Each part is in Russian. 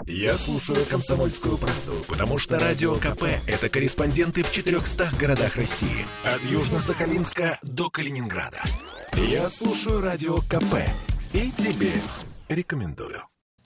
Я слушаю «Комсомольскую правду», потому что Радио КП – это корреспонденты в 400 городах России. От Южно-Сахалинска до Калининграда. Я слушаю Радио КП и тебе рекомендую.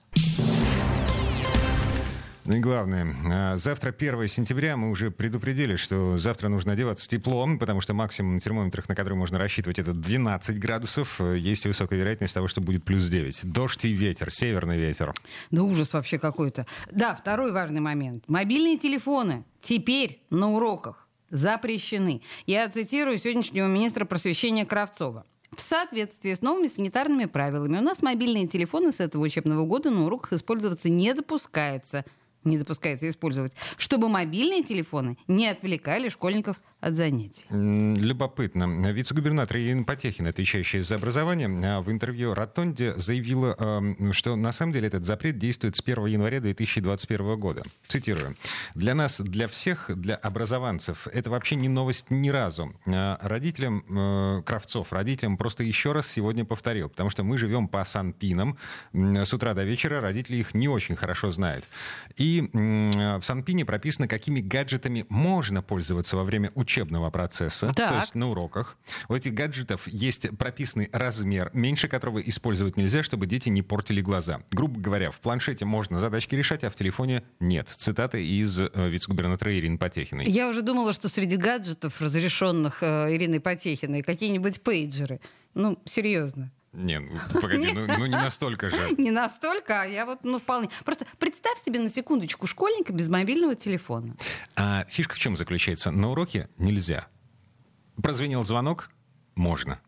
Ну и главное, завтра 1 сентября, мы уже предупредили, что завтра нужно одеваться тепло, потому что максимум на термометрах, на который можно рассчитывать, это 12 градусов. Есть высокая вероятность того, что будет плюс 9. Дождь и ветер, северный ветер. Да ужас вообще какой-то. Да, второй важный момент. Мобильные телефоны теперь на уроках запрещены. Я цитирую сегодняшнего министра просвещения Кравцова. В соответствии с новыми санитарными правилами у нас мобильные телефоны с этого учебного года на уроках использоваться не допускается использовать, чтобы мобильные телефоны не отвлекали школьников от занятий. Любопытно. Вице-губернатор Ирина Потехина, отвечающая за образование, в интервью «Ротонде» заявила, что на самом деле этот запрет действует с 1 января 2021 года. Цитирую. «Для нас, для всех, для образованцев это вообще не новость ни разу. Родителям Кравцов, родителям просто еще раз сегодня повторил, потому что мы живем по санпинам. С утра до вечера родители их не очень хорошо знают. И в санпине прописано, какими гаджетами можно пользоваться во время учебного процесса, так. То есть на уроках. У этих гаджетов есть прописанный размер, меньше которого использовать нельзя, чтобы дети не портили глаза. Грубо говоря, в планшете можно задачки решать, а в телефоне нет». Цитата из вице-губернатора Ирины Потехиной. Я уже думала, что среди гаджетов, разрешенных Ириной Потехиной, какие-нибудь пейджеры. Ну, серьезно. Не, погоди, ну не настолько же. Не настолько, а я вот, вполне. Просто представь себе на секундочку школьника без мобильного телефона. А фишка в чем заключается? На уроке нельзя. Прозвенел звонок? Можно.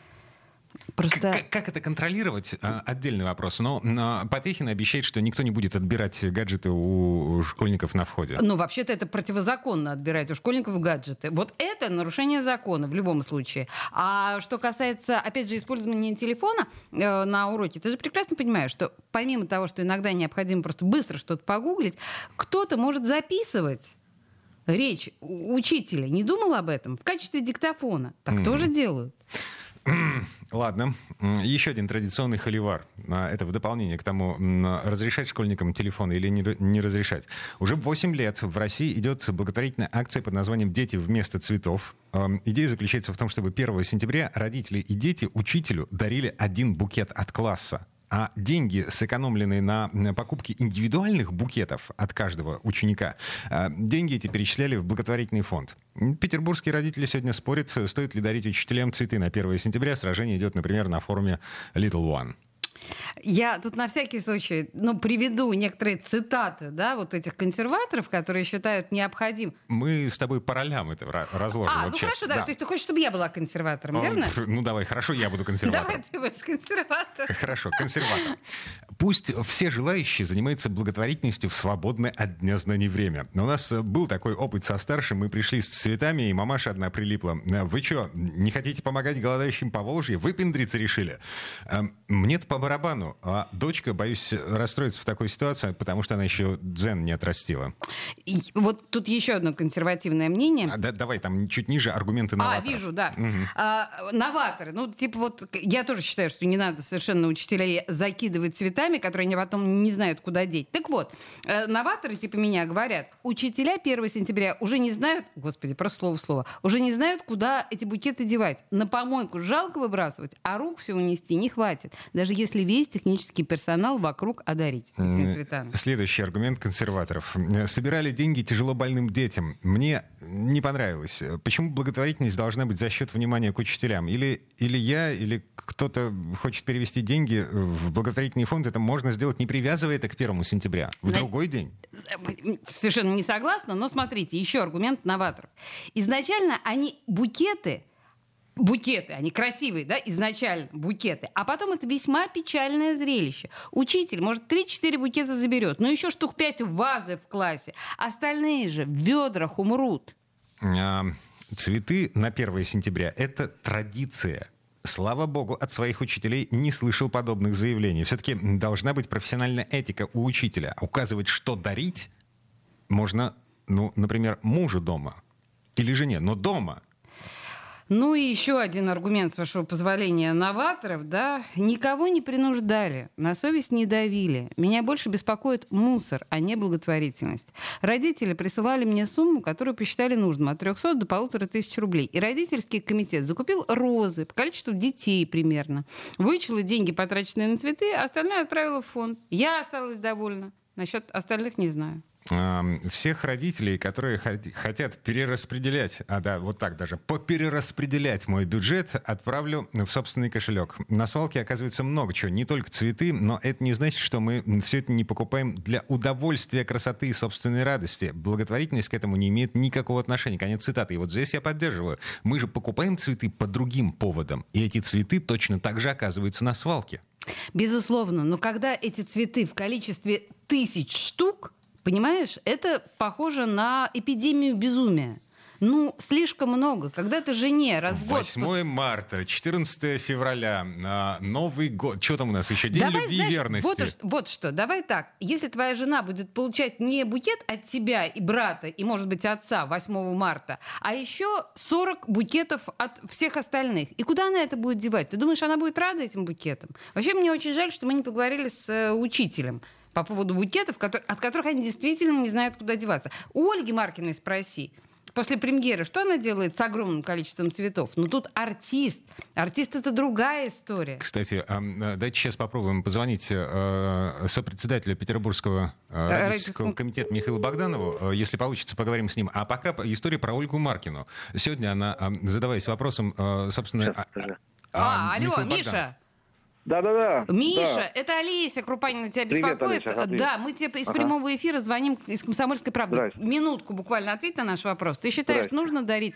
Просто... Как это контролировать? Отдельный вопрос. Но Потехина обещает, что никто не будет отбирать гаджеты у школьников на входе. Ну, вообще-то это противозаконно отбирать у школьников гаджеты. Вот это нарушение закона в любом случае. А что касается, опять же, использования телефона на уроке, ты же прекрасно понимаешь, что помимо того, что иногда необходимо просто быстро что-то погуглить, кто-то может записывать речь учителя. Не думал об этом? В качестве диктофона. Так тоже делают. Ладно. Еще один традиционный холивар. Это в дополнение к тому, разрешать школьникам телефоны или не разрешать. Уже 8 лет в России идет благотворительная акция под названием «Дети вместо цветов». Идея заключается в том, чтобы 1 сентября родители и дети учителю дарили один букет от класса. А деньги, сэкономленные на покупке индивидуальных букетов от каждого ученика, деньги эти перечисляли в благотворительный фонд. Петербургские родители сегодня спорят, стоит ли дарить учителям цветы на 1 сентября. Сражение идет, например, на форуме Little One. Я тут на всякий случай приведу некоторые цитаты, да, вот этих консерваторов, которые считают необходимым. Мы с тобой по ролям это разложим. Вот сейчас. Хорошо, да. То есть ты хочешь, чтобы я была консерватором, верно? Ну давай, хорошо, я буду консерватором. Давай ты будешь консерватор. Хорошо, консерватор. Пусть все желающие занимаются благотворительностью в свободное от Дня знаний время. Но у нас был такой опыт со старшим. Мы пришли с цветами, и мамаша одна прилипла. Вы что, не хотите помогать голодающим по Волжье? Выпендриться решили? Мне-то по барабану. А дочка, боюсь, расстроится в такой ситуации, потому что она еще дзен не отрастила. И вот тут еще одно консервативное мнение. Давай, там чуть ниже аргументы новаторов. Вижу, да. Новаторы. Я тоже считаю, что не надо совершенно учителей закидывать цветами, которые они потом не знают, куда деть. Так вот, новаторы типа меня говорят, учителя 1 сентября уже не знают, господи, просто слово в слово, уже не знают, куда эти букеты девать. На помойку жалко выбрасывать, а рук все унести не хватит. Даже если весь технический персонал вокруг одарить этими цветами. Следующий аргумент консерваторов. Собирали деньги тяжело больным детям. Мне не понравилось. Почему благотворительность должна быть за счет внимания к учителям? Или я, или кто-то хочет перевести деньги в благотворительный фонд, это можно сделать, не привязывая это к 1 сентября, в другой день. Совершенно не согласна, но смотрите, еще аргумент новаторов. Изначально букеты, они красивые, да, изначально букеты, а потом это весьма печальное зрелище. Учитель, может, 3-4 букета заберет, но еще штук 5 в вазы в классе. Остальные же в ведрах умрут. Цветы на 1 сентября — это традиция. Слава богу, от своих учителей не слышал подобных заявлений. Все-таки должна быть профессиональная этика у учителя. Указывать, что дарить, можно, например, мужу дома или жене, но дома. Ну и еще один аргумент, с вашего позволения, новаторов, да, никого не принуждали, на совесть не давили. Меня больше беспокоит мусор, а не благотворительность. Родители присылали мне сумму, которую посчитали нужным, от 300 до 1500 рублей. И родительский комитет закупил розы по количеству детей примерно. Вычла деньги, потраченные на цветы, а остальное отправила в фонд. Я осталась довольна. Насчет остальных не знаю. Всех родителей, которые хотят перераспределять, вот так даже, поперераспределять мой бюджет, отправлю в собственный кошелек. На свалке оказывается много чего, не только цветы, но это не значит, что мы все это не покупаем для удовольствия, красоты и собственной радости. Благотворительность к этому не имеет никакого отношения. Конец цитаты. И вот здесь я поддерживаю. Мы же покупаем цветы по другим поводам, и эти цветы точно так же оказываются на свалке. Безусловно, но когда эти цветы в количестве 1000 штук, понимаешь, это похоже на эпидемию безумия. Ну, слишком много. Когда ты жене раз в год... 8 марта, 14 февраля, Новый год. Что там у нас еще? День любви и верности. Вот что, давай так. Если твоя жена будет получать не букет от тебя и брата, и, может быть, отца 8 марта, а еще 40 букетов от всех остальных. И куда она это будет девать? Ты думаешь, она будет рада этим букетам? Вообще, мне очень жаль, что мы не поговорили с учителем по поводу букетов, от которых они действительно не знают, куда деваться. У Ольги Маркиной спроси. После премьеры, что она делает с огромным количеством цветов? Ну, тут артист. Артист — это другая история. Кстати, давайте сейчас попробуем позвонить сопредседателю Петербургского родительского комитета Михаилу Богданову. Если получится, поговорим с ним. А пока история про Ольгу Маркину. Сегодня она, задаваясь вопросом, собственно... Алло, Миша! Да. Миша, да. Это Олеся Крупанина тебя беспокоит. Привет, Олеся, да, мы тебе из прямого эфира звоним из «Комсомольской правды». Здрасте. Минутку буквально ответь на наш вопрос. Ты считаешь, нужно дарить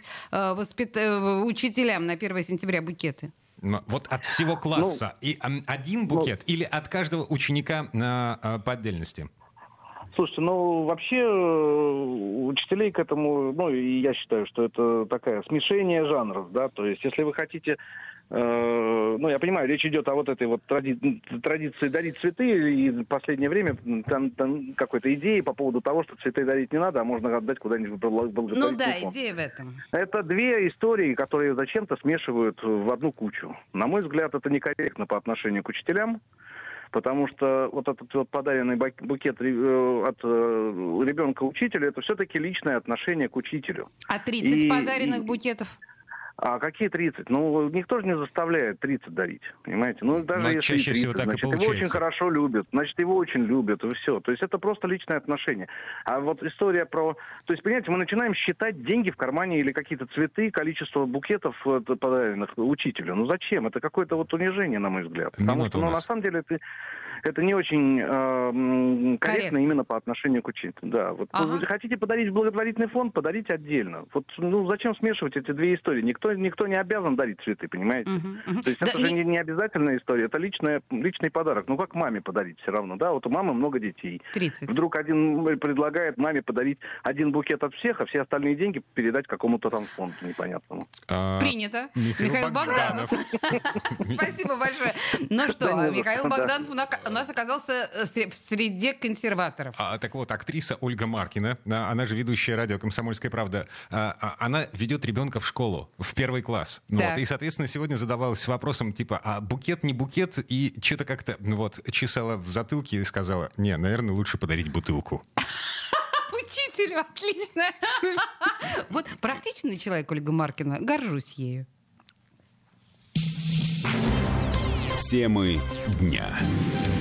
учителям на 1 сентября букеты? Вот от всего класса. И один букет или от каждого ученика по отдельности? Слушайте, вообще учителей к этому, и я считаю, что это такое смешение жанров, да, то есть если вы хотите... я понимаю, речь идет о вот этой вот традиции дарить цветы, и в последнее время там какой-то идеи по поводу того, что цветы дарить не надо, а можно отдать куда-нибудь в благотворительный фонд. Идея в этом. Это две истории, которые зачем-то смешивают в одну кучу. На мой взгляд, это некорректно по отношению к учителям, потому что вот этот вот подаренный букет от ребенка учителю, это все-таки личное отношение к учителю. А 30 подаренных букетов? А какие 30? Никто же не заставляет 30 дарить, понимаете? Даже но если чаще 30, всего так значит, и получается. Его очень хорошо любят, значит, его очень любят, и все. То есть это просто личное отношение. А вот история про... То есть, понимаете, мы начинаем считать деньги в кармане или какие-то цветы, количество букетов подаренных учителю. Зачем? Это какое-то вот унижение, на мой взгляд. Потому что, на самом деле, это не очень корректно именно по отношению к учителю. Да, вот вы хотите подарить в благотворительный фонд, подарите отдельно. Вот зачем смешивать эти две истории? Никто не обязан дарить цветы, понимаете? То есть это же не обязательная история, это личный подарок. Как маме подарить все равно, да? Вот у мамы много детей. 30. Вдруг один предлагает маме подарить один букет от всех, а все остальные деньги передать какому-то там фонду непонятному. Принято. Михаил Богданов. Спасибо большое. Ну что, Михаил Богданов у нас оказался в среде консерваторов. Так вот, актриса Ольга Маркина, она же ведущая радио «Комсомольская правда», она ведет ребенка в школу, в 1 класс. И, соответственно, сегодня задавалась вопросом типа, а букет, не букет? И что-то как-то чесала в затылке и сказала, не, наверное, лучше подарить бутылку. Учителю, отлично. Вот практичный человек Ольга Маркина, горжусь ею. Темы дня.